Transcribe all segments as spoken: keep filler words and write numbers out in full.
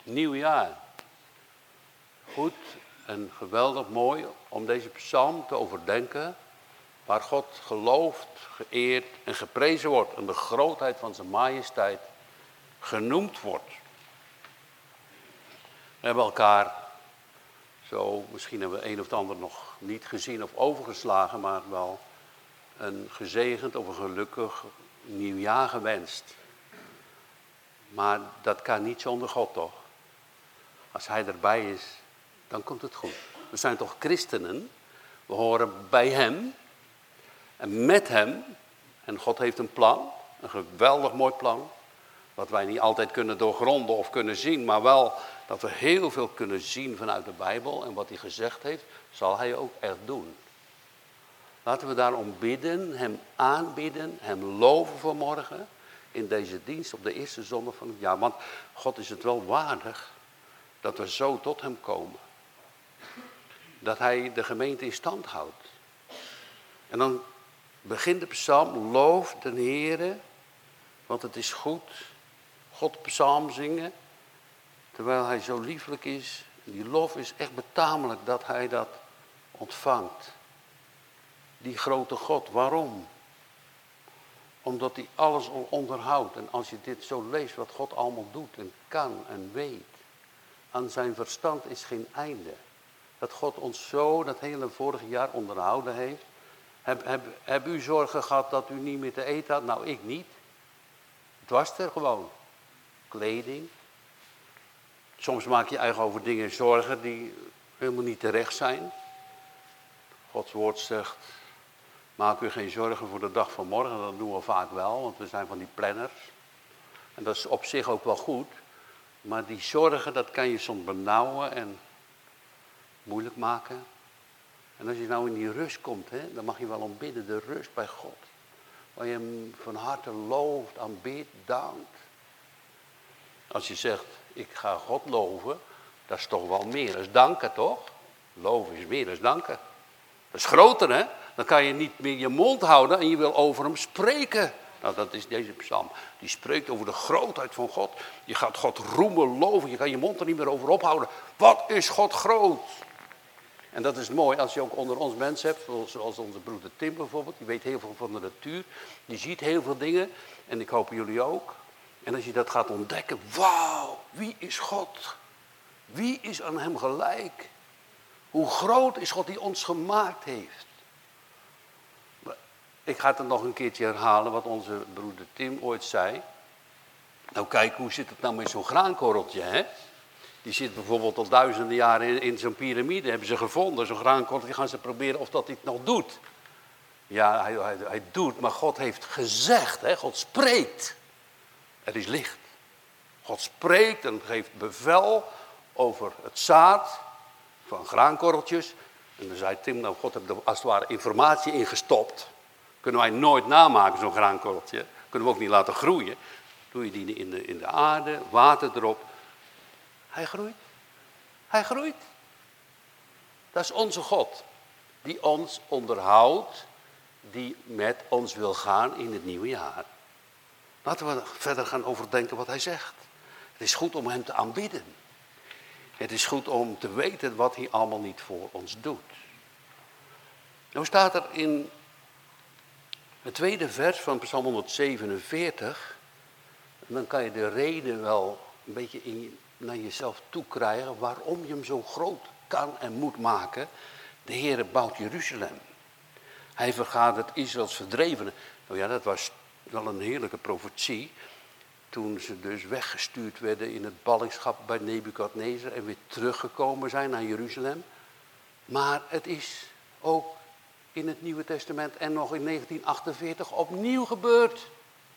Nieuw jaar. Goed en geweldig mooi om deze psalm te overdenken. Waar God geloofd, geëerd en geprezen wordt. En de grootheid van zijn majesteit genoemd wordt. We hebben elkaar zo, misschien hebben we een of het ander nog niet gezien of overgeslagen. Maar wel een gezegend of een gelukkig nieuwjaar gewenst. Maar dat kan niet zonder God, toch? Als hij erbij is, dan komt het goed. We zijn toch christenen? We horen bij hem. En met hem. En God heeft een plan. Een geweldig mooi plan. Wat wij niet altijd kunnen doorgronden of kunnen zien. Maar wel dat we heel veel kunnen zien vanuit de Bijbel. En wat hij gezegd heeft, zal hij ook echt doen. Laten we daarom bidden. Hem aanbidden. Hem loven vanmorgen. In deze dienst op de eerste zondag van het jaar. Want God is het wel waardig dat we zo tot hem komen. Dat hij de gemeente in stand houdt. En dan begint de psalm, loof de Heere, want het is goed. God psalm zingen, terwijl hij zo lieflijk is. Die lof is echt betamelijk dat hij dat ontvangt. Die grote God, waarom? Omdat hij alles al onderhoudt. En als je dit zo leest, wat God allemaal doet en kan en weet. Aan zijn verstand is geen einde. Dat God ons zo dat hele vorige jaar onderhouden heeft. Heb, heb, heb u zorgen gehad dat u niet meer te eten had? Nou, ik niet. Het was er gewoon. Kleding. Soms maak je eigen over dingen zorgen die helemaal niet terecht zijn. Gods woord zegt, maak u geen zorgen voor de dag van morgen. Dat doen we vaak wel, want we zijn van die planners. En dat is op zich ook wel goed. Maar die zorgen, dat kan je soms benauwen en moeilijk maken. En als je nou in die rust komt, hè, dan mag je wel om bidden, de rust bij God. Waar je hem van harte looft, aanbidt, dankt. Als je zegt, ik ga God loven, dat is toch wel meer dan danken, toch? Loven is meer dan danken. Dat is groter, hè? Dan kan je niet meer je mond houden en je wil over hem spreken. Nou, dat is deze psalm. Die spreekt over de grootheid van God. Je gaat God roemen, loven. Je kan je mond er niet meer over ophouden. Wat is God groot? En dat is mooi als je ook onder ons mensen hebt. Zoals onze broeder Tim bijvoorbeeld. Die weet heel veel van de natuur. Die ziet heel veel dingen. En ik hoop jullie ook. En als je dat gaat ontdekken. Wauw, wie is God? Wie is aan hem gelijk? Hoe groot is God die ons gemaakt heeft? Ik ga het nog een keertje herhalen wat onze broeder Tim ooit zei. Nou kijk, hoe zit het nou met zo'n graankorreltje, hè? Die zit bijvoorbeeld al duizenden jaren in, in zo'n piramide, hebben ze gevonden. Zo'n graankorreltje gaan ze proberen of dat hij het nog doet. Ja, hij, hij, hij doet, maar God heeft gezegd, hè? God spreekt. Er is licht. God spreekt en geeft bevel over het zaad van graankorreltjes. En dan zei Tim, nou God heeft er als het ware informatie ingestopt. Kunnen wij nooit namaken, zo'n graankorreltje. Kunnen we ook niet laten groeien. Doe je die in de, in de aarde, water erop. Hij groeit. Hij groeit. Dat is onze God. Die ons onderhoudt. Die met ons wil gaan in het nieuwe jaar. Laten we verder gaan overdenken wat hij zegt. Het is goed om hem te aanbidden. Het is goed om te weten wat hij allemaal niet voor ons doet. Nou staat er in het tweede vers van Psalm honderdzevenenveertig. En dan kan je de reden wel een beetje in, naar jezelf toe krijgen. Waarom je hem zo groot kan en moet maken. De Heere bouwt Jeruzalem. Hij vergadert Israëls verdrevenen. Nou ja, dat was wel een heerlijke profetie. Toen ze dus weggestuurd werden in het ballingschap bij Nebukadnezar. En weer teruggekomen zijn naar Jeruzalem. Maar het is ook in het Nieuwe Testament en nog in negentien achtenveertig opnieuw gebeurd.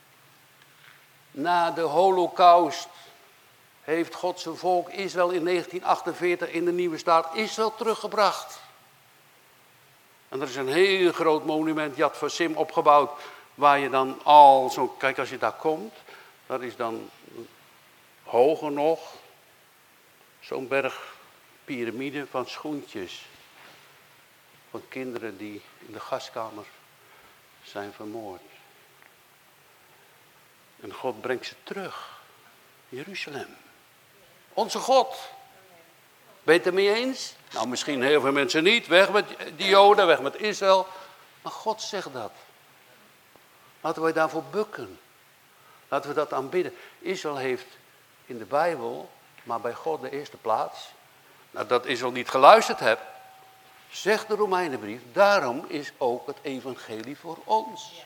Na de Holocaust heeft God zijn volk Israël in negentien achtenveertig in de nieuwe staat Israël teruggebracht. En er is een heel groot monument, Yad Vashem, opgebouwd. Waar je dan al zo, kijk als je daar komt. Dat is dan hoger nog. Zo'n berg piramide van schoentjes. Van kinderen die in de gaskamer zijn vermoord. En God brengt ze terug. Jeruzalem. Onze God. Ben je het ermee eens? Nou, misschien heel veel mensen niet. Weg met die Joden, weg met Israël. Maar God zegt dat. Laten wij daarvoor bukken. Laten we dat aanbidden. Israël heeft in de Bijbel, maar bij God de eerste plaats. Nou, dat Israël niet geluisterd heeft, zegt de Romeinenbrief. Daarom is ook het evangelie voor ons.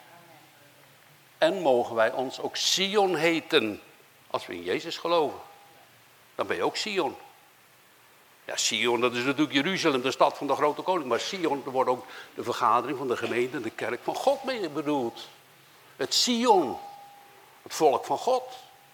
En mogen wij ons ook Sion heten. Als we in Jezus geloven. Dan ben je ook Sion. Ja, Sion, dat is natuurlijk Jeruzalem, de stad van de grote koning. Maar Sion, er wordt ook de vergadering van de gemeente, de kerk van God mee bedoeld. Het Sion. Het volk van God.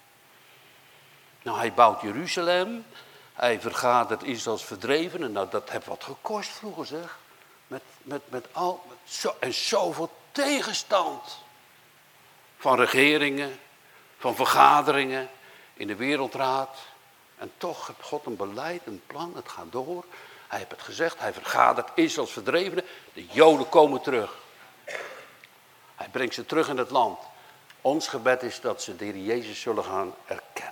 Nou, hij bouwt Jeruzalem. Hij vergadert Israëls verdrevenen. Nou, dat heeft wat gekost vroeger, zeg. Met, met, met al, met zo, en zoveel tegenstand. Van regeringen, van vergaderingen, in de wereldraad. En toch heeft God een beleid, een plan, het gaat door. Hij heeft het gezegd, hij vergadert Israëls verdrevenen. De Joden komen terug. Hij brengt ze terug in het land. Ons gebed is dat ze de Heer Jezus zullen gaan erkennen.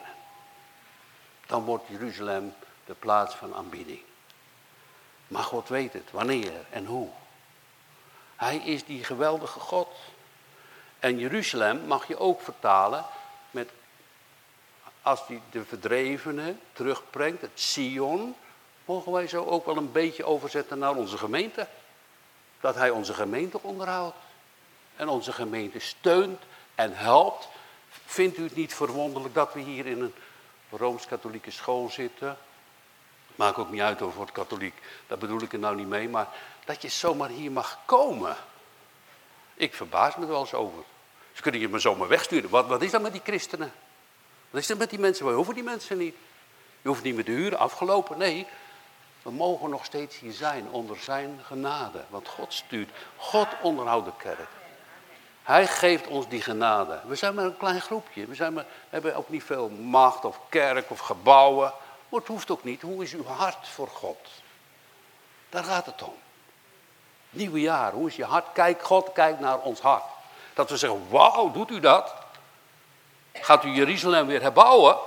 Dan wordt Jeruzalem de plaats van aanbidding. Maar God weet het, wanneer en hoe. Hij is die geweldige God. En Jeruzalem mag je ook vertalen met, als hij de verdrevenen terugbrengt, het Sion, mogen wij zo ook wel een beetje overzetten naar onze gemeente. Dat hij onze gemeente onderhoudt. En onze gemeente steunt en helpt. Vindt u het niet verwonderlijk dat we hier in een Rooms-katholieke school zitten? Maakt ook niet uit over het katholiek, daar bedoel ik er nou niet mee. Maar dat je zomaar hier mag komen. Ik verbaas me er wel eens over. Ze kunnen je maar zomaar wegsturen. Wat, wat is dat met die christenen? Wat is dat met die mensen? We hoeven die mensen niet. Je hoeft niet met de huur afgelopen. Nee, we mogen nog steeds hier zijn onder zijn genade. Want God stuurt. God onderhoudt de kerk. Hij geeft ons die genade. We zijn maar een klein groepje. We zijn maar, hebben ook niet veel macht of kerk of gebouwen. Maar het hoeft ook niet. Hoe is uw hart voor God? Daar gaat het om. Nieuwe jaar. Hoe is je hart? Kijk, God kijkt naar ons hart. Dat we zeggen, wauw, doet u dat? Gaat u Jeruzalem weer herbouwen?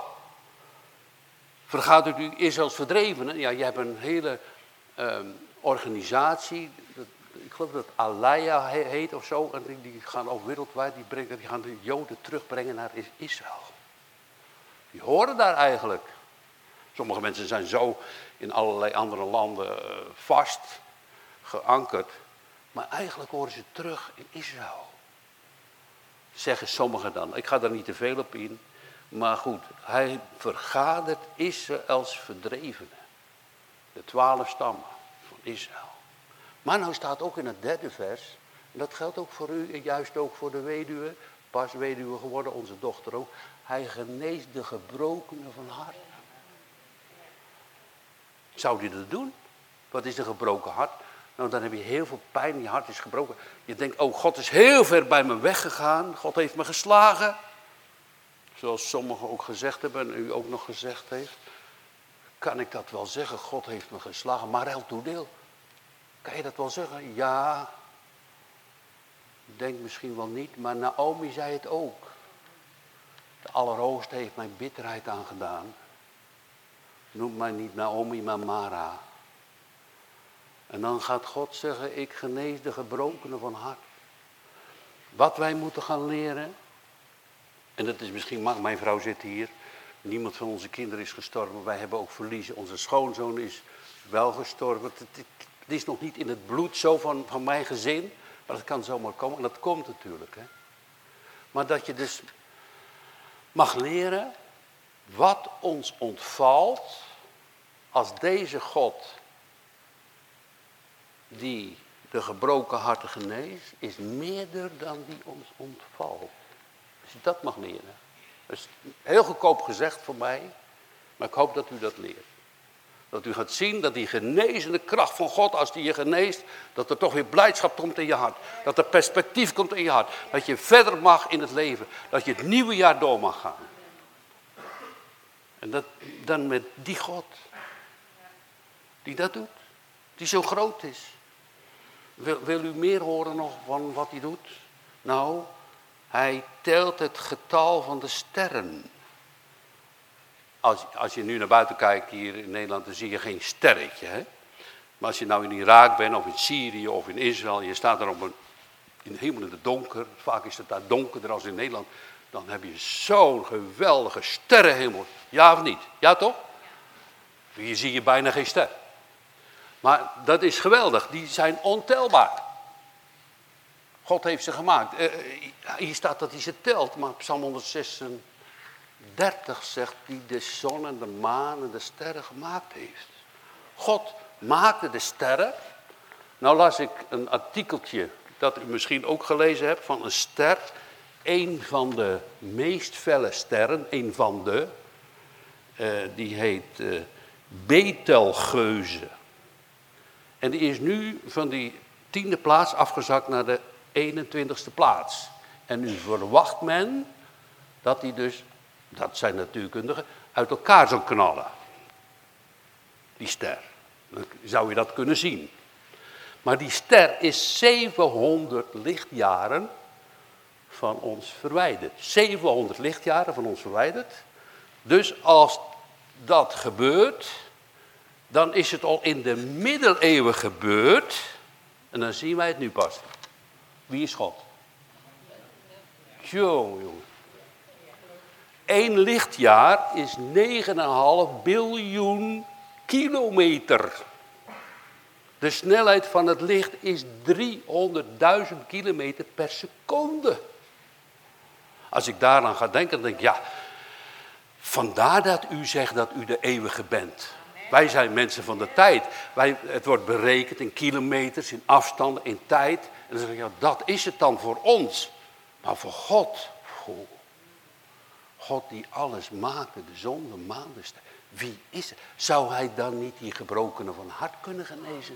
Vergaat u Israëls verdrevenen? Ja, je hebt een hele um, organisatie. Ik geloof dat Alaya heet of zo. En die, die gaan ook wereldwijd. Die, brengen, die gaan de Joden terugbrengen naar Israël. Die horen daar eigenlijk. Sommige mensen zijn zo in allerlei andere landen uh, vast geankerd. Maar eigenlijk horen ze terug in Israël. Zeggen sommigen dan. Ik ga daar niet te veel op in. Maar goed, hij vergadert Israëls verdrevenen. De twaalf stammen van Israël. Maar nou staat ook in het derde vers. En dat geldt ook voor u en juist ook voor de weduwe. Pas weduwe geworden, onze dochter ook. Hij geneest de gebrokenen van hart. Zou hij dat doen? Wat is een gebroken hart? Nou, dan heb je heel veel pijn, je hart is gebroken. Je denkt, oh, God is heel ver bij me weggegaan. God heeft me geslagen. Zoals sommigen ook gezegd hebben en u ook nog gezegd heeft. Kan ik dat wel zeggen? God heeft me geslagen. Maar El Toedeel. Kan je dat wel zeggen? Ja. Ik denk misschien wel niet, maar Naomi zei het ook. De Allerhoogste heeft mijn bitterheid aangedaan. Noem mij niet Naomi, maar Mara. En dan gaat God zeggen, ik genees de gebrokenen van hart. Wat wij moeten gaan leren. En dat is misschien, mijn vrouw zit hier. Niemand van onze kinderen is gestorven. Wij hebben ook verliezen. Onze schoonzoon is wel gestorven. Het, het, het is nog niet in het bloed zo van, van mijn gezin. Maar dat kan zomaar komen. En dat komt natuurlijk. Hè. Maar dat je dus mag leren wat ons ontvalt als deze God die de gebroken harten geneest, is meerder dan die ons ontvalt. Als je dat mag leren. Dat is heel goedkoop gezegd voor mij, maar ik hoop dat u dat leert. Dat u gaat zien dat die genezende kracht van God, als die je geneest, dat er toch weer blijdschap komt in je hart. Dat er perspectief komt in je hart. Dat je verder mag in het leven. Dat je het nieuwe jaar door mag gaan. En dat dan met die God. Die dat doet. Die zo groot is. Wil, wil u meer horen nog van wat hij doet? Nou, hij telt het getal van de sterren. als, als je nu naar buiten kijkt hier in Nederland, dan zie je geen sterretje. Hè? Maar als je nou in Irak bent, of in Syrië, of in Israël, je staat er op een, in helemaal in het donker, vaak is het daar donkerder als in Nederland, dan heb je zo'n geweldige sterrenhemel. Ja of niet? Ja toch? Hier zie je bijna geen ster. Maar dat is geweldig, die zijn ontelbaar. God heeft ze gemaakt. Uh, hier staat dat hij ze telt, maar Psalm honderdzesendertig zegt die de zon en de maan en de sterren gemaakt heeft. God maakte de sterren. Nou las ik een artikeltje dat u misschien ook gelezen hebt van een ster. Een van de meest felle sterren, een van de, uh, die heet uh, Betelgeuze. En die is nu van die tiende plaats afgezakt naar de eenentwintigste plaats. En nu verwacht men dat die dus, dat zijn natuurkundigen, uit elkaar zal knallen. Die ster. Dan zou je dat kunnen zien. Maar die ster is zevenhonderd lichtjaren van ons verwijderd. zevenhonderd lichtjaren van ons verwijderd. Dus als dat gebeurt, dan is het al in de middeleeuwen gebeurd. En dan zien wij het nu pas. Wie is God? Jongen, jongen. Eén lichtjaar is negen komma vijf biljoen kilometer. De snelheid van het licht is driehonderdduizend kilometer per seconde. Als ik daaraan ga denken, dan denk ik, ja, vandaar dat u zegt dat u de eeuwige bent. Wij zijn mensen van de tijd. Wij, het wordt berekend in kilometers, in afstanden, in tijd. En dan zeg ik, ja, dat is het dan voor ons. Maar voor God, voor God die alles maakte, de zon, de maan, de ster. Wie is het? Zou hij dan niet die gebrokenen van hart kunnen genezen?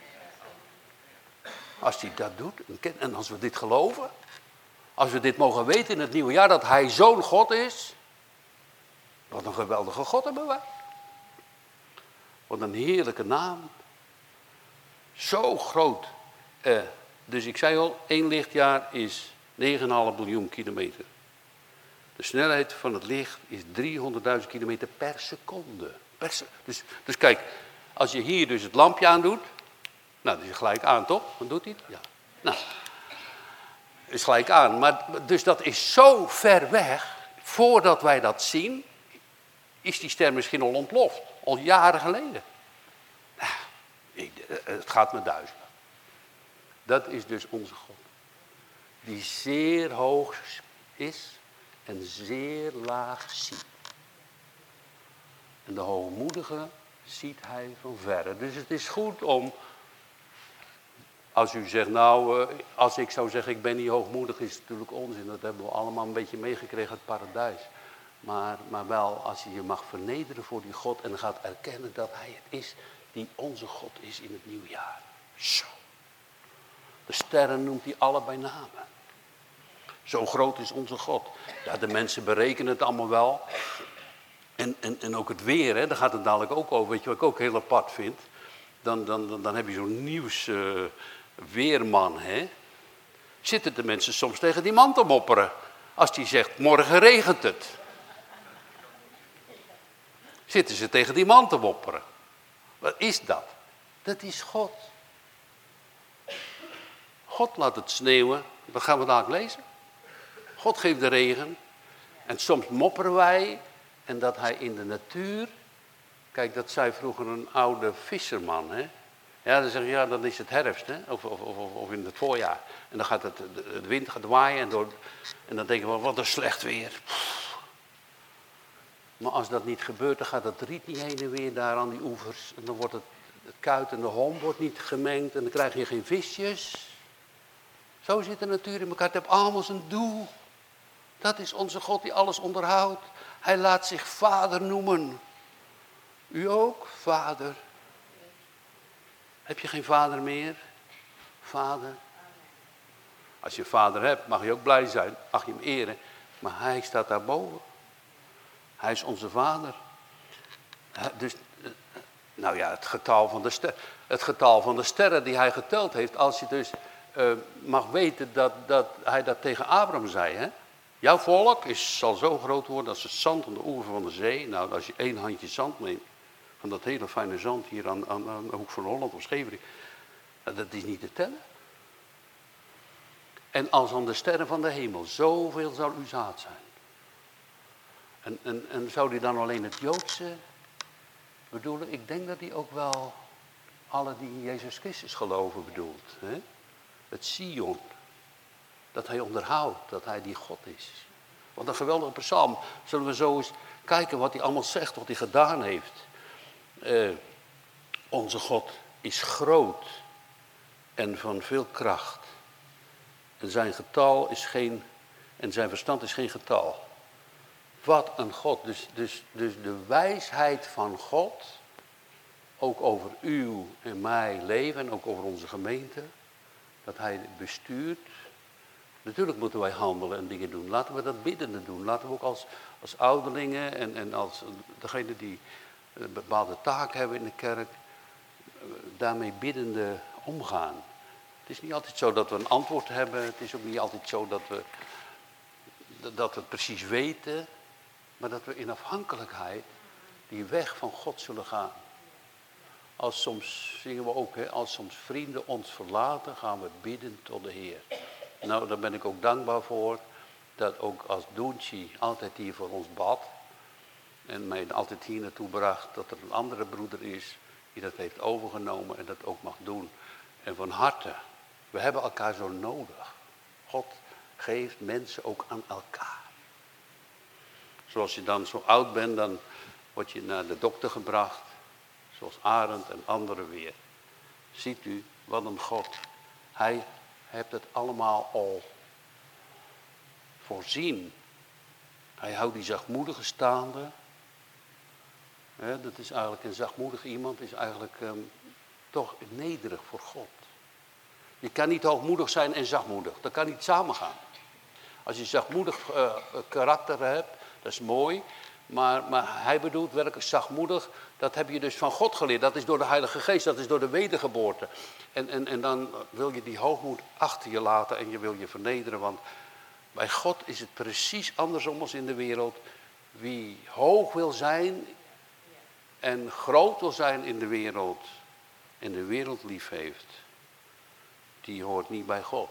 Als hij dat doet, en als we dit geloven, als we dit mogen weten in het nieuwe jaar, dat hij zo'n God is. Wat een geweldige God hebben wij. Wat een heerlijke naam. Zo groot. Eh, dus ik zei al, één lichtjaar is negen komma vijf biljoen kilometer. De snelheid van het licht is driehonderdduizend kilometer per seconde. Per se- dus, dus kijk, als je hier dus het lampje aandoet. Nou, dat is gelijk aan, toch? Wat doet hij? Ja. Nou, is gelijk aan. Maar, dus dat is zo ver weg. Voordat wij dat zien, is die ster misschien al ontploft. Al jaren geleden. Nou, ik, het gaat me duizelen. Dat is dus onze God. Die zeer hoog is en zeer laag ziet. En de hoogmoedige ziet hij van verre. Dus het is goed om, als u zegt, nou, als ik zou zeggen ik ben niet hoogmoedig, is het natuurlijk onzin. Dat hebben we allemaal een beetje meegekregen uit het paradijs. Maar, maar wel als je je mag vernederen voor die God en gaat erkennen dat hij het is die onze God is in het nieuwe jaar. Zo. De sterren noemt hij alle bij namen. Zo groot is onze God. Ja, de mensen berekenen het allemaal wel. En, en, en ook het weer, hè, daar gaat het dadelijk ook over. Weet je wat ik ook heel apart vind? Dan, dan, dan, dan heb je zo'n nieuws uh, weerman, hè. Zitten de mensen soms tegen die man te mopperen. Als die zegt, morgen regent het. Zitten ze tegen die man te mopperen. Wat is dat? Dat is God. God laat het sneeuwen. Dat gaan we dadelijk lezen. God geeft de regen. En soms mopperen wij. En dat hij in de natuur. Kijk, dat zei vroeger een oude visserman. Hè? Ja, dan zeg je, ja, dan is het herfst. Hè? Of, of, of, of in het voorjaar. En dan gaat het, de wind gaat waaien. En, door, en dan denken we, wat een slecht weer. Maar als dat niet gebeurt, dan gaat het riet niet heen en weer daar aan die oevers. En dan wordt het, het kuit en de hom wordt niet gemengd. En dan krijg je geen visjes. Zo zit de natuur in elkaar. Het heeft allemaal zijn doel. Dat is onze God die alles onderhoudt. Hij laat zich vader noemen. U ook, vader. Heb je geen vader meer? Vader. Als je een vader hebt, mag je ook blij zijn. Mag je hem eren. Maar hij staat daarboven. Hij is onze vader. Dus, nou ja, het getal van de sterren, het getal van de sterren die hij geteld heeft. Als je dus uh, mag weten dat, dat hij dat tegen Abraham zei. Hè? Jouw volk is, zal zo groot worden als het zand aan de oever van de zee. Nou, als je één handje zand neemt, van dat hele fijne zand hier aan, aan, aan de hoek van Holland of Scheveningen, dat is niet te tellen. En als aan de sterren van de hemel, zoveel zal uw zaad zijn. En, en, en zou die dan alleen het Joodse bedoelen? Ik denk dat hij ook wel alle die in Jezus Christus geloven bedoelt. Hè? Het Sion. Dat hij onderhoudt, dat hij die God is. Wat een geweldige psalm. Zullen we zo eens kijken wat hij allemaal zegt, wat hij gedaan heeft. Uh, onze God is groot en van veel kracht. En zijn getal is geen, en zijn verstand is geen getal. Wat een God. Dus, dus, dus de wijsheid van God, ook over uw en mijn leven en ook over onze gemeente, dat hij bestuurt. Natuurlijk moeten wij handelen en dingen doen. Laten we dat biddende doen. Laten we ook als, als ouderlingen en, en als degene die een bepaalde taak hebben in de kerk, daarmee biddende omgaan. Het is niet altijd zo dat we een antwoord hebben. Het is ook niet altijd zo dat we, dat we het precies weten. Maar dat we in afhankelijkheid die weg van God zullen gaan. Als soms, zingen we ook, hè, als soms vrienden ons verlaten, gaan we bidden tot de Heer. Nou, daar ben ik ook dankbaar voor. Dat ook als Doentje altijd hier voor ons bad. En mij altijd hier naartoe bracht dat er een andere broeder is die dat heeft overgenomen en dat ook mag doen. En van harte, we hebben elkaar zo nodig. God geeft mensen ook aan elkaar. Zoals je dan zo oud bent, dan word je naar de dokter gebracht. Zoals Arend en anderen weer. Ziet u, wat een God. Hij heeft het allemaal al voorzien. Hij houdt die zachtmoedige staande. He, dat is eigenlijk een zachtmoedig iemand, is eigenlijk um, toch nederig voor God. Je kan niet hoogmoedig zijn en zachtmoedig. Dat kan niet samengaan. Als je zachtmoedig uh, karakter hebt, dat is mooi. Maar, maar hij bedoelt werkelijk zachtmoedig. Dat heb je dus van God geleerd. Dat is door de Heilige Geest. Dat is door de wedergeboorte. En, en, en dan wil je die hoogmoed achter je laten. En je wil je vernederen. Want bij God is het precies andersom als in de wereld. Wie hoog wil zijn en groot wil zijn in de wereld. En de wereld lief heeft. Die hoort niet bij God.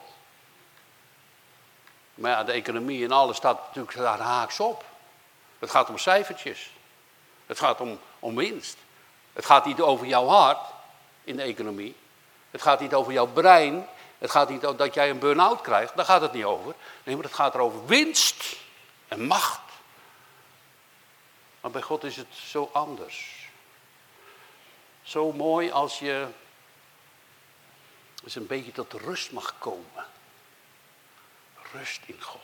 Maar ja, de economie en alles staat natuurlijk daar haaks op. Het gaat om cijfertjes. Het gaat om, om winst. Het gaat niet over jouw hart in de economie. Het gaat niet over jouw brein. Het gaat niet over dat jij een burn-out krijgt. Daar gaat het niet over. Nee, maar het gaat erover winst en macht. Maar bij God is het zo anders. Zo mooi als je eens een beetje tot rust mag komen. Rust in God.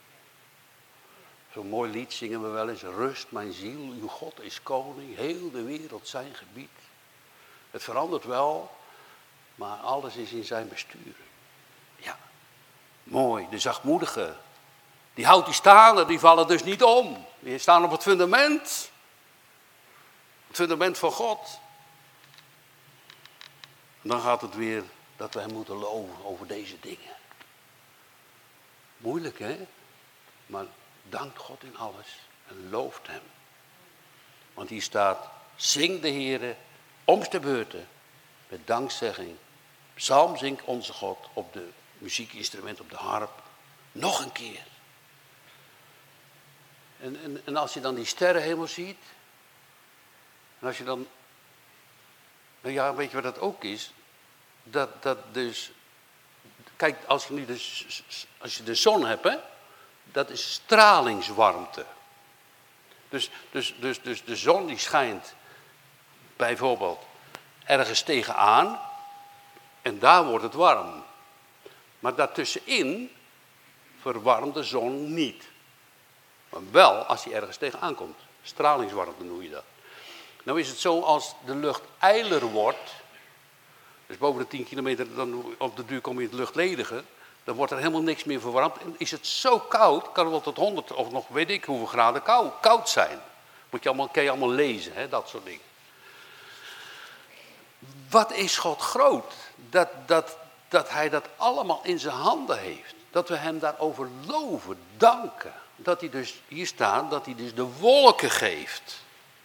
Zo'n mooi lied zingen we wel eens. Rust mijn ziel, uw God is koning. Heel de wereld zijn gebied. Het verandert wel, maar alles is in zijn bestuur. Ja, mooi. De zachtmoedigen. Die houdt die staande, die vallen dus niet om. Die staan op het fundament. Het fundament van God. En dan gaat het weer dat we hem moeten loven over deze dingen. Moeilijk, hè? Maar dankt God in alles en looft hem. Want hier staat, zing de Heere om de beurten met dankzegging. Psalm zingt onze God op de muziekinstrument, op de harp. Nog een keer. En, en, en als je dan die sterrenhemel ziet. En als je dan. Nou ja, weet je wat dat ook is? Dat, dat dus. Kijk, als je nu de, als je de zon hebt, hè. Dat is stralingswarmte. Dus, dus, dus, dus de zon die schijnt bijvoorbeeld ergens tegenaan. En daar wordt het warm. Maar daartussenin verwarmt de zon niet. Maar wel als hij ergens tegenaan komt. Stralingswarmte noem je dat. Nou is het zo als de lucht ijler wordt. Dus boven de tien kilometer dan op de duur kom je in het luchtledige. Dan wordt er helemaal niks meer verwarmd. En is het zo koud, kan het wel tot honderd of nog weet ik hoeveel graden koud, koud zijn. Moet je allemaal, kan je allemaal lezen, hè, dat soort dingen. Wat is God groot? Dat, dat, dat hij dat allemaal in zijn handen heeft. Dat we hem daarover loven, danken. Dat hij dus, hier staat, dat hij dus de wolken geeft.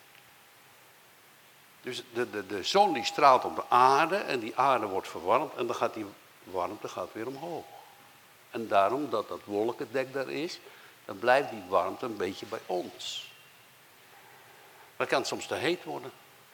Dus de, de, de zon die straalt op de aarde en die aarde wordt verwarmd en dan gaat die warmte gaat weer omhoog. En daarom dat dat wolkendek daar is, dan blijft die warmte een beetje bij ons. Dat kan soms te heet worden.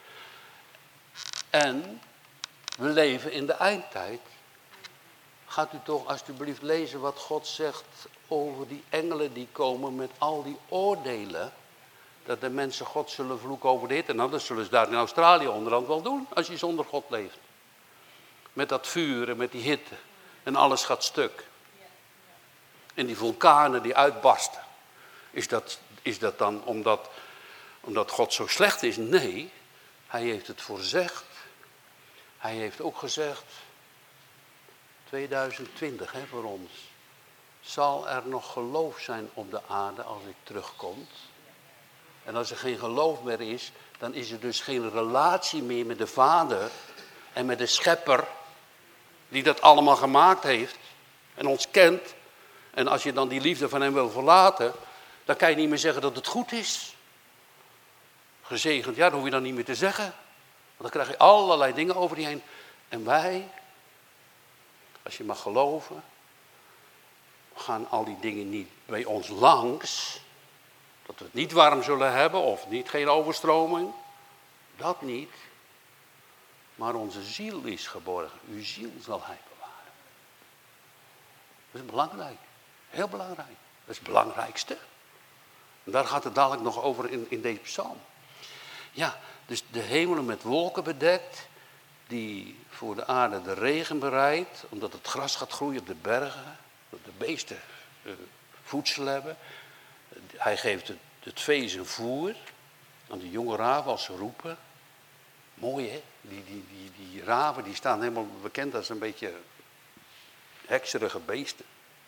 En we leven in de eindtijd. Gaat u toch alsjeblieft lezen wat God zegt over die engelen die komen met al die oordelen. Dat de mensen God zullen vloeken over de hitte. Nou, dat zullen ze daar in Australië onderhand wel doen als je zonder God leeft. Met dat vuur en met die hitte. En alles gaat stuk. En die vulkanen die uitbarsten. Is dat, is dat dan omdat, omdat God zo slecht is? Nee, hij heeft het voorzegd. Hij heeft ook gezegd, tweeduizend twintig hè, voor ons. Zal er nog geloof zijn op de aarde als ik terugkom? En als er geen geloof meer is, dan is er dus geen relatie meer met de Vader en met de Schepper, die dat allemaal gemaakt heeft en ons kent. En als je dan die liefde van hem wil verlaten, dan kan je niet meer zeggen dat het goed is. Gezegend, ja, dat hoef je dan niet meer te zeggen. Want dan krijg je allerlei dingen over je heen. En wij, als je mag geloven, gaan al die dingen niet bij ons langs. Dat we het niet warm zullen hebben of niet geen overstroming. Dat niet. Maar onze ziel is geborgen. Uw ziel zal hij bewaren. Dat is belangrijk. Heel belangrijk. Dat is het belangrijkste. En daar gaat het dadelijk nog over in, in deze psalm. Ja, dus de hemelen met wolken bedekt. Die voor de aarde de regen bereidt. Omdat het gras gaat groeien op de bergen. Dat de beesten uh, voedsel hebben. Hij geeft het, het vee zijn voer. Aan de jonge raven als ze roepen. Mooi hè. Die, die, die, die raven die staan helemaal bekend als een beetje hekserige beesten.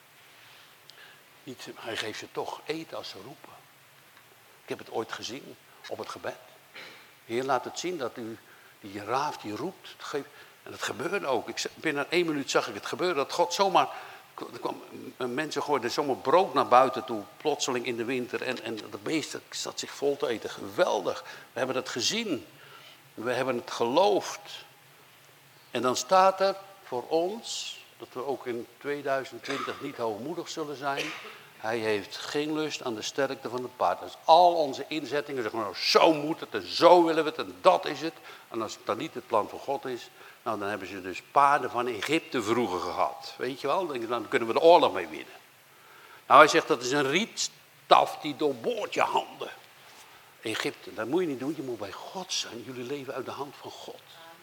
Niet, hij geeft ze toch eten als ze roepen. Ik heb het ooit gezien op het gebed. Heer, laat het zien dat u die raaf die roept. Het geeft, en dat gebeurde ook. Ik, binnen één minuut zag ik het gebeuren. Dat God zomaar, er kwam, mensen gooiden zomaar brood naar buiten toe. Plotseling in de winter. En, en de beest zat zich vol te eten. Geweldig. We hebben het gezien. We hebben het geloofd. En dan staat er voor ons, dat we ook in tweeduizend twintig niet hoogmoedig zullen zijn. Hij heeft geen lust aan de sterkte van het paard. Dus al onze inzettingen zeggen, nou zo moet het en zo willen we het en dat is het. En als het dan niet het plan van God is, nou dan hebben ze dus paarden van Egypte vroeger gehad. Weet je wel, dan kunnen we de oorlog mee winnen. Nou hij zegt dat is een rietstaf die doorboort je handen. Egypte, dat moet je niet doen, je moet bij God zijn. Jullie leven uit de hand van God.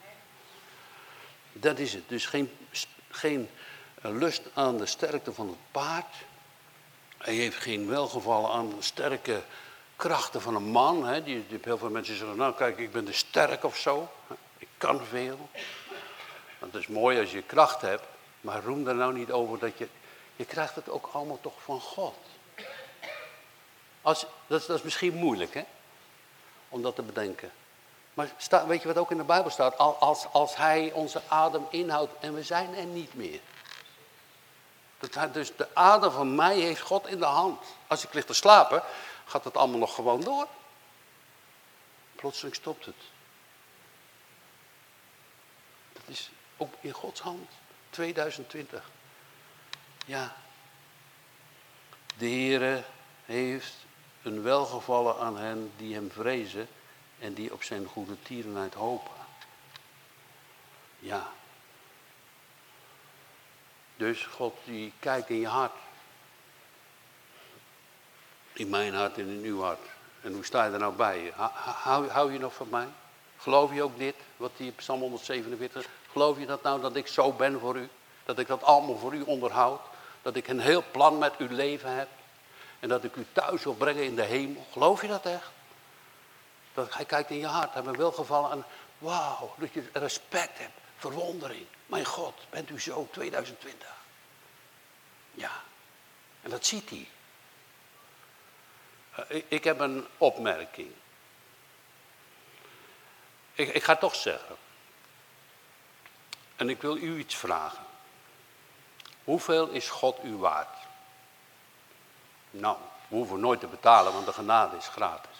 Dat is het. Dus geen, geen lust aan de sterkte van het paard. Hij heeft geen welgevallen aan de sterke krachten van een man. Hè. Die, die, heel veel mensen zeggen, nou kijk, ik ben de sterk of zo. Ik kan veel. Het is mooi als je kracht hebt. Maar roem daar nou niet over dat je... Je krijgt het ook allemaal toch van God. Als, dat, is, dat is misschien moeilijk, hè? Om dat te bedenken. Maar sta, weet je wat ook in de Bijbel staat? Als, als hij onze adem inhoudt en we zijn er niet meer. Dat, dus de adem van mij heeft God in de hand. Als ik lig te slapen, gaat het allemaal nog gewoon door. Plotseling stopt het. Dat is ook in Gods hand. tweeduizend twintig. Ja. De Heere heeft een welgevallen aan hen die hem vrezen en die op zijn goede tierenheid hopen. Ja. Dus God die kijkt in je hart. In mijn hart en in uw hart. En hoe sta je er nou bij? Hou, hou je nog van mij? Geloof je ook dit? Wat die Psalm honderdzevenenveertig. Geloof je dat nou dat ik zo ben voor u? Dat ik dat allemaal voor u onderhoud? Dat ik een heel plan met uw leven heb? En dat ik u thuis wil brengen in de hemel? Geloof je dat echt? Dat hij kijkt in je hart. Hij heeft welgevallen en wauw, dat je respect hebt. Verwondering. Mijn God, bent u zo, tweeduizend twintig. Ja, en dat ziet hij. Uh, ik, ik heb een opmerking. Ik, ik ga het toch zeggen. En ik wil u iets vragen. Hoeveel is God u waard? Nou, we hoeven nooit te betalen, want de genade is gratis.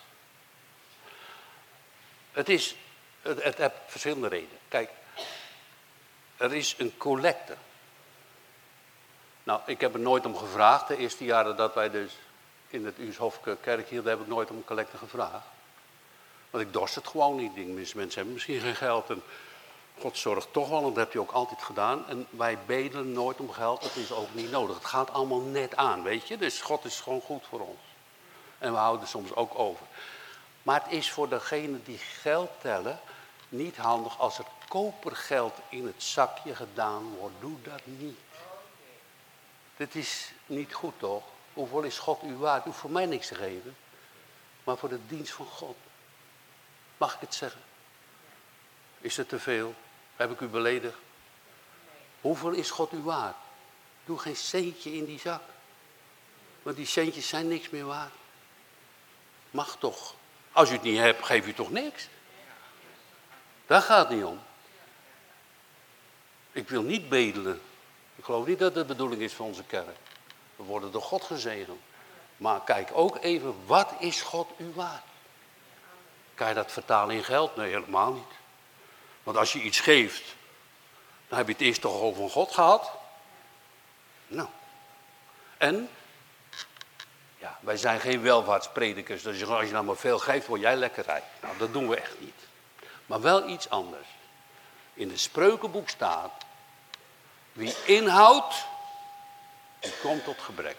Het is, het, het heeft verschillende redenen. Kijk, er is een collecte. Nou, ik heb er nooit om gevraagd. De eerste jaren dat wij dus in het Uurshofke kerk hielden, heb ik nooit om een collecte gevraagd. Want ik dorst het gewoon niet. Ik denk, mensen hebben misschien geen geld. En God zorgt toch wel, en dat heeft hij ook altijd gedaan. En wij bedelen nooit om geld, dat is ook niet nodig. Het gaat allemaal net aan, weet je. Dus God is gewoon goed voor ons. En we houden soms ook over. Maar het is voor degenen die geld tellen niet handig als er kopergeld in het zakje gedaan wordt. Doe dat niet. Dit is niet goed, toch? Hoeveel is God u waard? U hoeft voor mij niks te geven. Maar voor de dienst van God. Mag ik het zeggen? Is het te veel? Heb ik u beledigd? Hoeveel is God u waard? Doe geen centje in die zak. Want die centjes zijn niks meer waard. Mag toch. Als u het niet hebt, geef u toch niks. Daar gaat het niet om. Ik wil niet bedelen. Ik geloof niet dat het de bedoeling is van onze kerk. We worden door God gezegend. Maar kijk ook even, wat is God u waard? Kan je dat vertalen in geld? Nee, helemaal niet. Want als je iets geeft, dan heb je het eerst toch al van God gehad. Nou. En, ja, wij zijn geen welvaartspredikers. Dus als je nou maar veel geeft, word jij lekker rijk. Nou, dat doen we echt niet. Maar wel iets anders. In het Spreukenboek staat, wie inhoudt, die komt tot gebrek.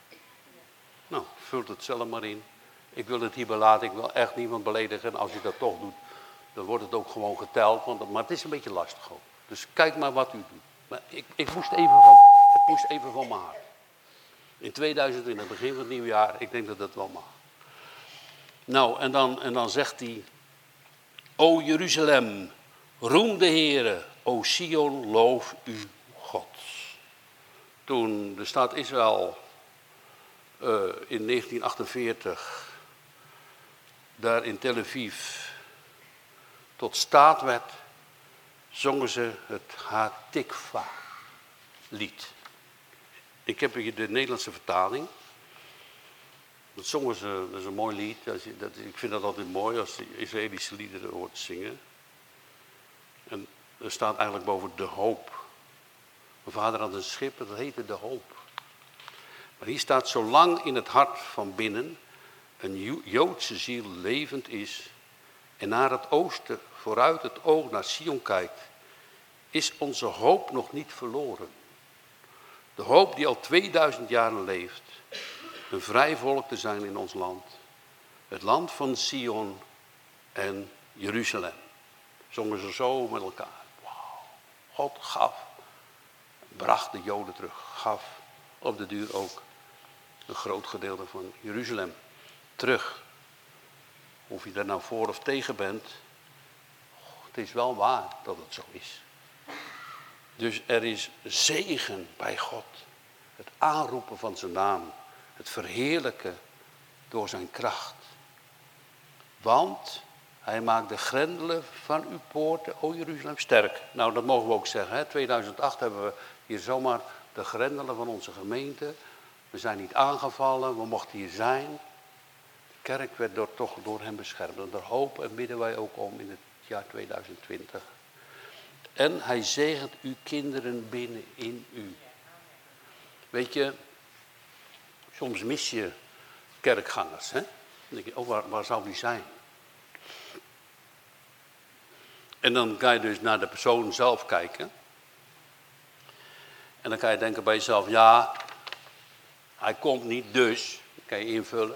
Nou, vult het zelf maar in. Ik wil het hierbij laten, ik wil echt niemand beledigen. En als u dat toch doet, dan wordt het ook gewoon geteld. Want, maar het is een beetje lastig ook. Dus kijk maar wat u doet. Maar ik, ik moest even van, het moest even van mijn hart. In tweeduizend twintig, begin van het nieuwe jaar, ik denk dat dat wel mag. Nou, en dan, en dan zegt hij, O Jeruzalem, roem de Heere, O Sion, loof u God. Toen de staat Israël uh, in negentien achtenveertig daar in Tel Aviv tot staat werd, zongen ze het Hatikva lied. Ik heb hier de Nederlandse vertaling. Dat zongen ze, dat is een mooi lied. Dat, dat, ik vind dat altijd mooi als de Israëlische liederen hoort zingen. En er staat eigenlijk boven de hoop. Mijn vader had een schip, dat heette de hoop. Maar hier staat, zolang in het hart van binnen een Joodse ziel levend is en naar het oosten vooruit het oog naar Sion kijkt, is onze hoop nog niet verloren. De hoop die al tweeduizend jaren leeft, een vrij volk te zijn in ons land. Het land van Sion en Jeruzalem. Zongen ze zo met elkaar. Wauw. God gaf, bracht de Joden terug, gaf op de duur ook een groot gedeelte van Jeruzalem terug. Of je daar nou voor of tegen bent, het is wel waar dat het zo is. Dus er is zegen bij God. Het aanroepen van zijn naam. Het verheerlijken door zijn kracht. Want hij maakt de grendelen van uw poorten, o Jeruzalem, sterk. Nou, dat mogen we ook zeggen. Hè? tweeduizend acht hebben we hier zomaar de grendelen van onze gemeente. We zijn niet aangevallen, we mochten hier zijn. De kerk werd door, toch door hem beschermd. En daar hopen en bidden wij ook om in het jaar tweeduizend twintig. En hij zegent uw kinderen binnen in u. Weet je, soms mis je kerkgangers. Hè? Dan denk je, oh, waar, waar zou die zijn? En dan kan je dus naar de persoon zelf kijken. En dan kan je denken bij jezelf, ja, hij komt niet dus. Dat kan je invullen.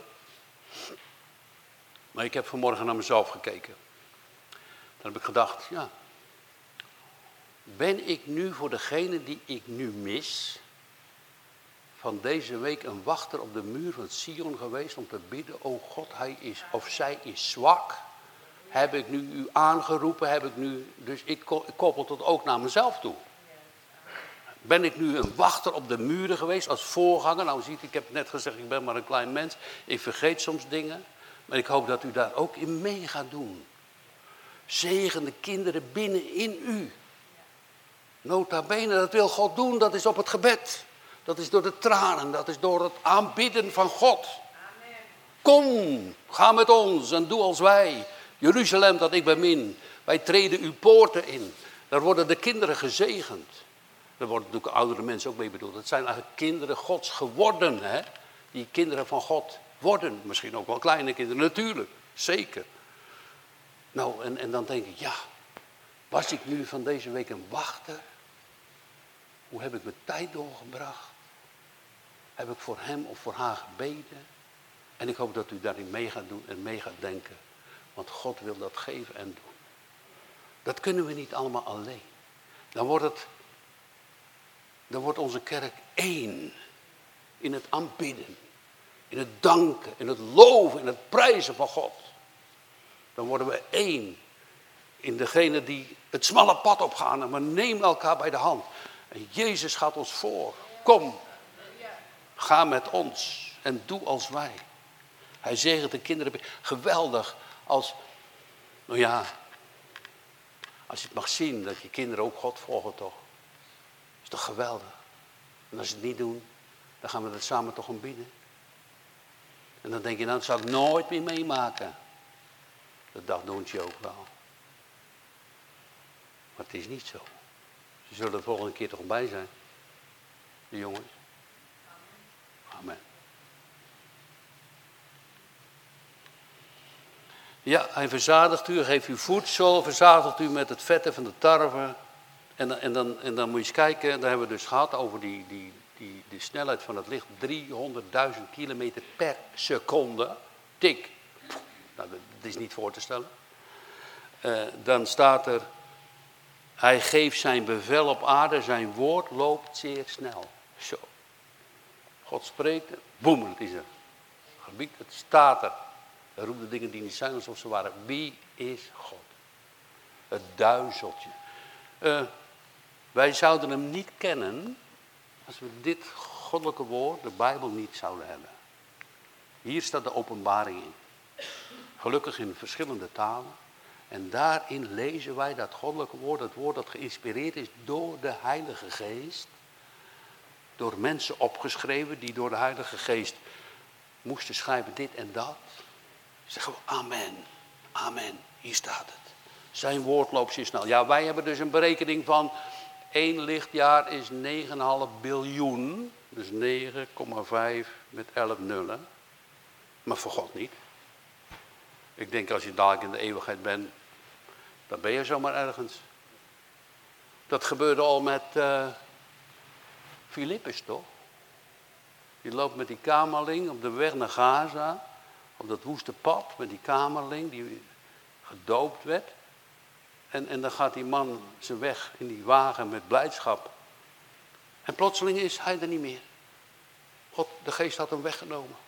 Maar ik heb vanmorgen naar mezelf gekeken. Dan heb ik gedacht, ja, ben ik nu voor degene die ik nu mis, van deze week een wachter op de muur van Sion geweest om te bidden, o God, hij is, of zij is zwak. Heb ik nu u aangeroepen, heb ik nu, dus ik koppel het ook naar mezelf toe. Ben ik nu een wachter op de muren geweest als voorganger? Nou ziet u, ik heb net gezegd, ik ben maar een klein mens. Ik vergeet soms dingen. Maar ik hoop dat u daar ook in mee gaat doen. Zegen de kinderen binnen in u. Nota bene, dat wil God doen, dat is op het gebed. Dat is door de tranen, dat is door het aanbidden van God. Amen. Kom, ga met ons en doe als wij. Jeruzalem dat ik bemin. Wij treden uw poorten in. Daar worden de kinderen gezegend. Daar worden natuurlijk oudere mensen ook mee bedoeld. Dat zijn eigenlijk kinderen Gods geworden. Hè? Die kinderen van God worden. Misschien ook wel kleine kinderen, natuurlijk. Zeker. Nou, en, en dan denk ik, ja, was ik nu van deze week een wachter? Hoe heb ik mijn tijd doorgebracht? Heb ik voor hem of voor haar gebeden? En ik hoop dat u daarin mee gaat doen en mee gaat denken. Want God wil dat geven en doen. Dat kunnen we niet allemaal alleen. Dan wordt het, dan wordt onze kerk één. In het aanbidden. In het danken, in het loven, in het prijzen van God. Dan worden we één. In degene die het smalle pad opgaan. En we nemen elkaar bij de hand. En Jezus gaat ons voor. Kom. Ga met ons. En doe als wij. Hij zegent de kinderen. Geweldig. Als, nou ja. Als je het mag zien dat je kinderen ook God volgen toch. Is toch geweldig. En als ze het niet doen. Dan gaan we dat samen toch aanbieden. En dan denk je, nou dat zal ik nooit meer meemaken. Dat dacht Doontje ook wel. Maar het is niet zo. Ze zullen de volgende keer toch bij zijn. De jongens. Amen. Ja, hij verzadigt u, geeft u voedsel, verzadigt u met het vette van de tarwe. En, en, dan, en dan moet je eens kijken, daar hebben we dus gehad over die, die, die, die snelheid van het licht. driehonderdduizend kilometer per seconde. Tik. Nou, dat is niet voor te stellen. Uh, dan staat er, hij geeft zijn bevel op aarde, zijn woord loopt zeer snel. Zo. God spreekt, boem, het is er. Gebied, het staat er. Hij roept de dingen die niet zijn alsof ze waren. Wie is God? Het duizeltje. Uh, wij zouden hem niet kennen als we dit goddelijke woord, de Bijbel, niet zouden hebben. Hier staat de openbaring in. Gelukkig in verschillende talen. En daarin lezen wij dat goddelijke woord, het woord dat geïnspireerd is door de Heilige Geest. Door mensen opgeschreven die door de Heilige Geest moesten schrijven dit en dat. Zeggen we amen, amen, hier staat het. Zijn woord loopt zeer snel. Ja, wij hebben dus een berekening van één lichtjaar is negen komma vijf biljoen. Dus negen komma vijf met elf nullen. Maar voor God niet. Ik denk als je dadelijk in de eeuwigheid bent, dan ben je zomaar ergens. Dat gebeurde al met uh, Filippus toch? Die loopt met die kamerling op de weg naar Gaza. Op dat woeste pad met die kamerling die gedoopt werd. En, en dan gaat die man zijn weg in die wagen met blijdschap. En plotseling is hij er niet meer. God, de geest had hem weggenomen.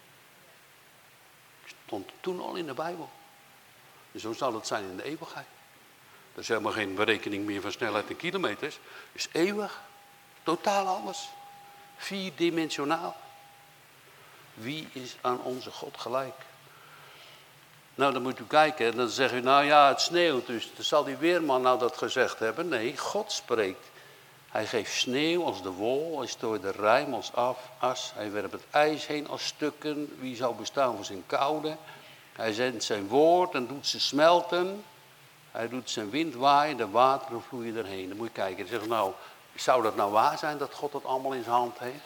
Stond toen al in de Bijbel. En zo zal het zijn in de eeuwigheid. Er is helemaal geen berekening meer van snelheid in kilometers. Het is eeuwig. Totaal anders. Vierdimensionaal. Wie is aan onze God gelijk? Nou, dan moet u kijken en dan zegt u, nou ja, het sneeuwt, dus zal die weerman nou dat gezegd hebben? Nee, God spreekt. Hij geeft sneeuw als de wol, hij strooit de rijm als af, as. Hij werpt het ijs heen als stukken. Wie zou bestaan voor zijn koude? Hij zendt zijn woord en doet ze smelten. Hij doet zijn wind waaien, de wateren vloeien erheen. Dan moet je kijken en zeggen, nou, zou dat nou waar zijn dat God dat allemaal in zijn hand heeft?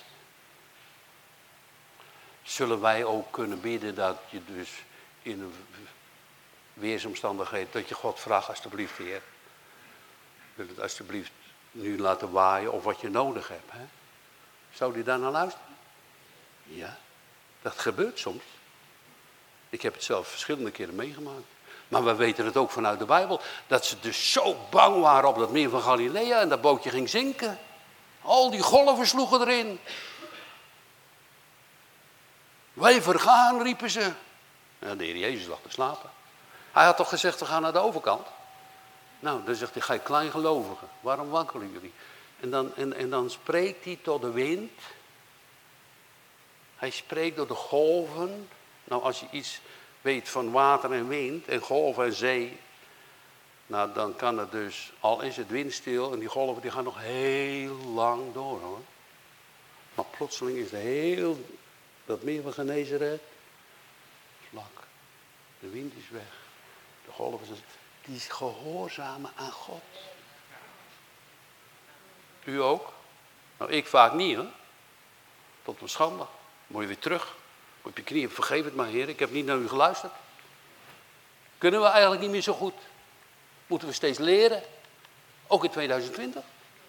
Zullen wij ook kunnen bidden dat je dus in een weersomstandigheid, dat je God vraagt, alsjeblieft Heer, wil het alsjeblieft nu laten waaien of wat je nodig hebt. Hè? Zou die daar naar luisteren? Ja, dat gebeurt soms. Ik heb het zelf verschillende keren meegemaakt. Maar we weten het ook vanuit de Bijbel, dat ze dus zo bang waren op dat meer van Galilea en dat bootje ging zinken. Al die golven sloegen erin. Wij vergaan, riepen ze. Ja, de Heer Jezus lag te slapen. Hij had toch gezegd, we gaan naar de overkant. Nou, dan zegt hij, gij kleingelovigen, waarom wankelen jullie? En dan, en, en dan spreekt hij tot de wind. Hij spreekt door de golven. Nou, als je iets weet van water en wind en golven en zee, Nou, dan kan het dus, al is het windstil en die golven die gaan nog heel lang door hoor. Maar plotseling is er heel, dat meer van Genezaret, vlak. De wind is weg. De golven zijn, die gehoorzamen aan God. U ook? Nou, ik vaak niet hoor. Tot mijn schande. Moet je weer terug. Op je knieën, vergeef het maar Heer, ik heb niet naar u geluisterd. Kunnen we eigenlijk niet meer zo goed? Moeten we steeds leren? Ook in tweeduizend twintig?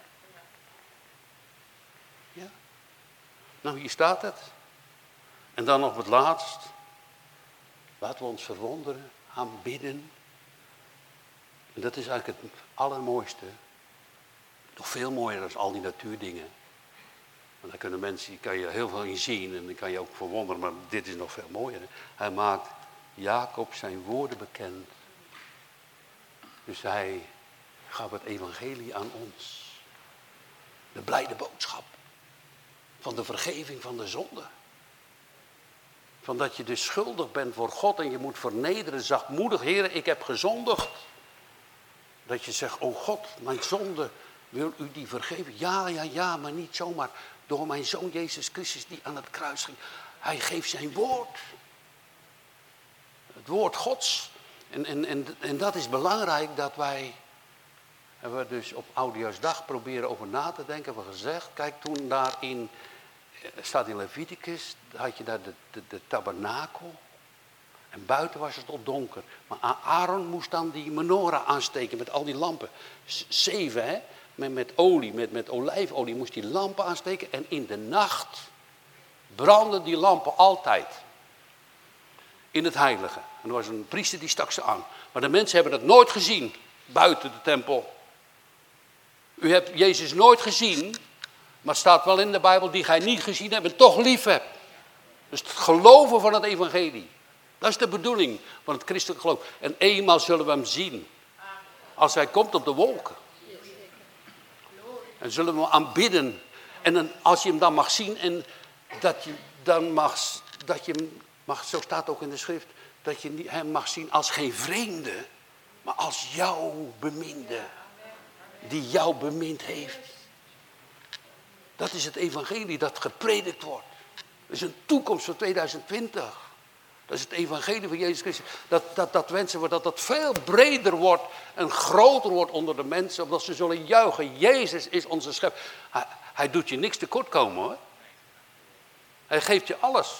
Ja. Nou, hier staat het. En dan nog het laatst. Laten we ons verwonderen, aanbidden. En dat is eigenlijk het allermooiste. Nog veel mooier dan al die natuurdingen. Want daar kunnen mensen, kan je heel veel in zien en dan kan je ook verwonderen, maar dit is nog veel mooier. Hij maakt Jacob zijn woorden bekend. Dus hij gaf het evangelie aan ons. De blijde boodschap. Van de vergeving van de zonde. Van dat je dus schuldig bent voor God en je moet vernederen, zachtmoedig. Heer, ik heb gezondigd. Dat je zegt, oh God, mijn zonde, wil u die vergeven? Ja, ja, ja, maar niet zomaar door mijn zoon Jezus Christus die aan het kruis ging. Hij geeft zijn woord. Het woord Gods. En, en, en, en dat is belangrijk dat wij, hebben we dus op Oudejaarsdag proberen over na te denken, hebben we gezegd, kijk toen daar in, staat in Leviticus, had je daar de, de, de tabernakel. En buiten was het al donker. Maar Aaron moest dan die menorah aansteken met al die lampen. Z- zeven hè, met, met olie, met, met olijfolie moest die lampen aansteken. En in de nacht brandden die lampen altijd. In het heilige. En er was een priester die stak ze aan. Maar de mensen hebben het nooit gezien. Buiten de tempel. U hebt Jezus nooit gezien. Maar het staat wel in de Bijbel. Die gij niet gezien hebt en toch lief hebt. Dus het geloven van het evangelie. Dat is de bedoeling van het christelijk geloof. En eenmaal zullen we hem zien. Als hij komt op de wolken. En zullen we hem aanbidden. En dan, als je hem dan mag zien. En dat je dan mag, dat je hem mag, zo staat ook in de schrift. Dat je hem mag zien als geen vreemde. Maar als jouw beminde. Die jou bemind heeft. Dat is het evangelie dat gepredikt wordt. Dat is een toekomst voor tweeduizend twintig. Dat is het evangelie van Jezus Christus. Dat, dat, dat wensen we dat dat veel breder wordt en groter wordt onder de mensen. Omdat ze zullen juichen. Jezus is onze schepper. Hij, hij doet je niks tekort komen hoor. Hij geeft je alles.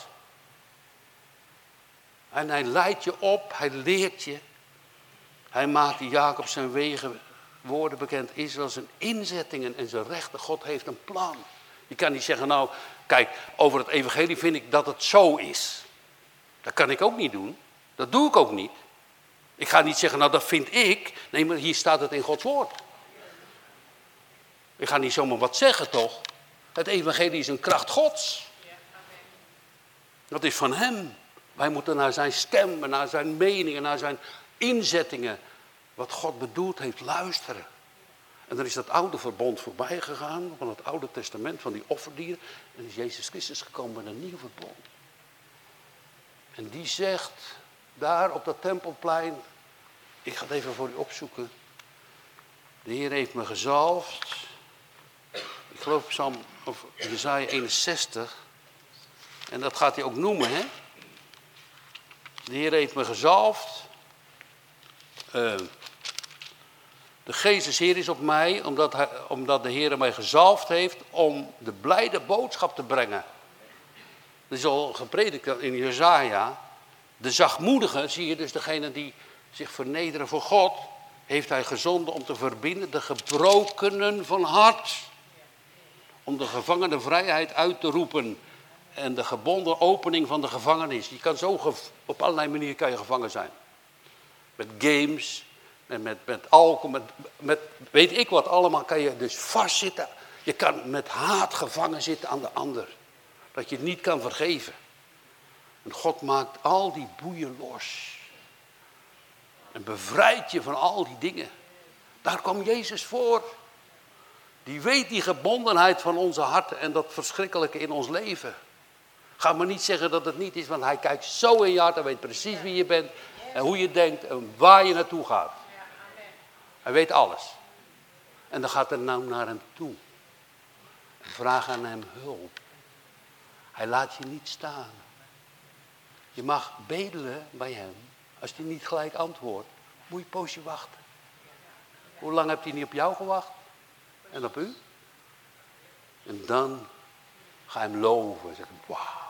En hij leidt je op. Hij leert je. Hij maakt die Jacob zijn wegen, woorden bekend. Israël zijn inzettingen en zijn rechten. God heeft een plan. Je kan niet zeggen nou, kijk, over het evangelie vind ik dat het zo is. Dat kan ik ook niet doen. Dat doe ik ook niet. Ik ga niet zeggen, nou dat vind ik. Nee, maar hier staat het in Gods woord. Ik ga niet zomaar wat zeggen, toch? Het evangelie is een kracht Gods. Dat is van hem. Wij moeten naar zijn stem, en naar zijn meningen, naar zijn inzettingen. Wat God bedoeld heeft, luisteren. En dan is dat oude verbond voorbij gegaan. Van het oude testament, van die offerdieren. En is Jezus Christus gekomen met een nieuw verbond. En die zegt, daar op dat tempelplein, ik ga het even voor u opzoeken. De Heer heeft me gezalfd. Ik geloof Psalm, of Jesaja eenenzestig. En dat gaat hij ook noemen, hè. De Heer heeft me gezalfd. Uh, de Geest des Heer is op mij, omdat, hij, omdat de Heer mij gezalfd heeft om de blijde boodschap te brengen. Dat is al gepredikt in Jesaja. De zachtmoedigen, zie je dus degene die zich vernederen voor God, heeft hij gezonden om te verbinden de gebrokenen van hart. Om de gevangenen vrijheid uit te roepen. En de gebonden opening van de gevangenis. Je kan zo ge- op allerlei manieren kan je gevangen zijn. Met games, met, met, met alcohol, met, met weet ik wat allemaal kan je dus vastzitten. Je kan met haat gevangen zitten aan de ander. Dat je het niet kan vergeven. En God maakt al die boeien los. En bevrijdt je van al die dingen. Daar kwam Jezus voor. Die weet die gebondenheid van onze harten en dat verschrikkelijke in ons leven. Ga maar niet zeggen dat het niet is, want hij kijkt zo in je hart en weet precies wie je bent. En hoe je denkt en waar je naartoe gaat. Hij weet alles. En dan gaat er nou naar hem toe. En vraag aan hem hulp. Hij laat je niet staan. Je mag bedelen bij hem. Als hij niet gelijk antwoordt, moet je een poosje wachten. Hoe lang heeft hij niet op jou gewacht? En op u? En dan ga je hem loven. Zeg, wauw.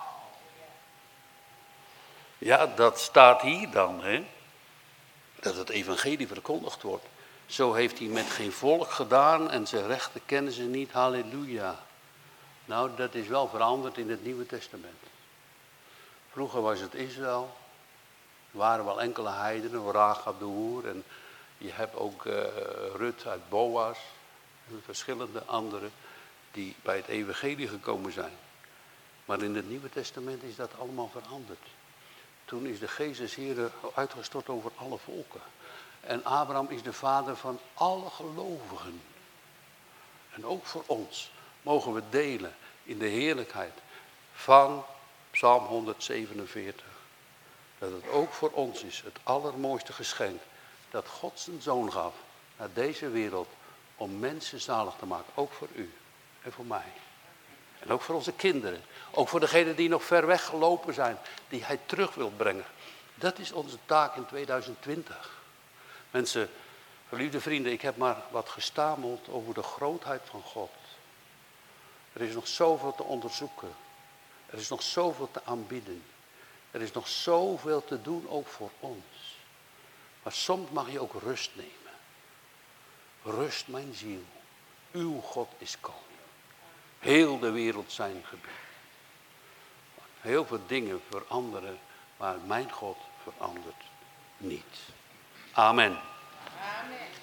Ja, dat staat hier dan, hè. Dat het evangelie verkondigd wordt. Zo heeft hij met geen volk gedaan en zijn rechten kennen ze niet. Halleluja. Nou, dat is wel veranderd in het Nieuwe Testament. Vroeger was het Israël. Er waren wel enkele heidenen, Rahab de hoer. En je hebt ook uh, Rut uit Boas. En verschillende anderen die bij het evangelie gekomen zijn. Maar in het Nieuwe Testament is dat allemaal veranderd. Toen is de Geest des Heren uitgestort over alle volken. En Abraham is de vader van alle gelovigen. En ook voor ons mogen we delen in de heerlijkheid van Psalm honderdzevenenveertig. Dat het ook voor ons is het allermooiste geschenk dat God zijn zoon gaf naar deze wereld om mensen zalig te maken. Ook voor u en voor mij. En ook voor onze kinderen. Ook voor degenen die nog ver weg gelopen zijn. Die hij terug wil brengen. Dat is onze taak in tweeduizend twintig. Mensen, geliefde vrienden, ik heb maar wat gestameld over de grootheid van God. Er is nog zoveel te onderzoeken. Er is nog zoveel te aanbieden. Er is nog zoveel te doen, ook voor ons. Maar soms mag je ook rust nemen. Rust mijn ziel. Uw God is koning. Heel de wereld zijn gebied. Heel veel dingen veranderen, maar mijn God verandert niet. Amen. Amen.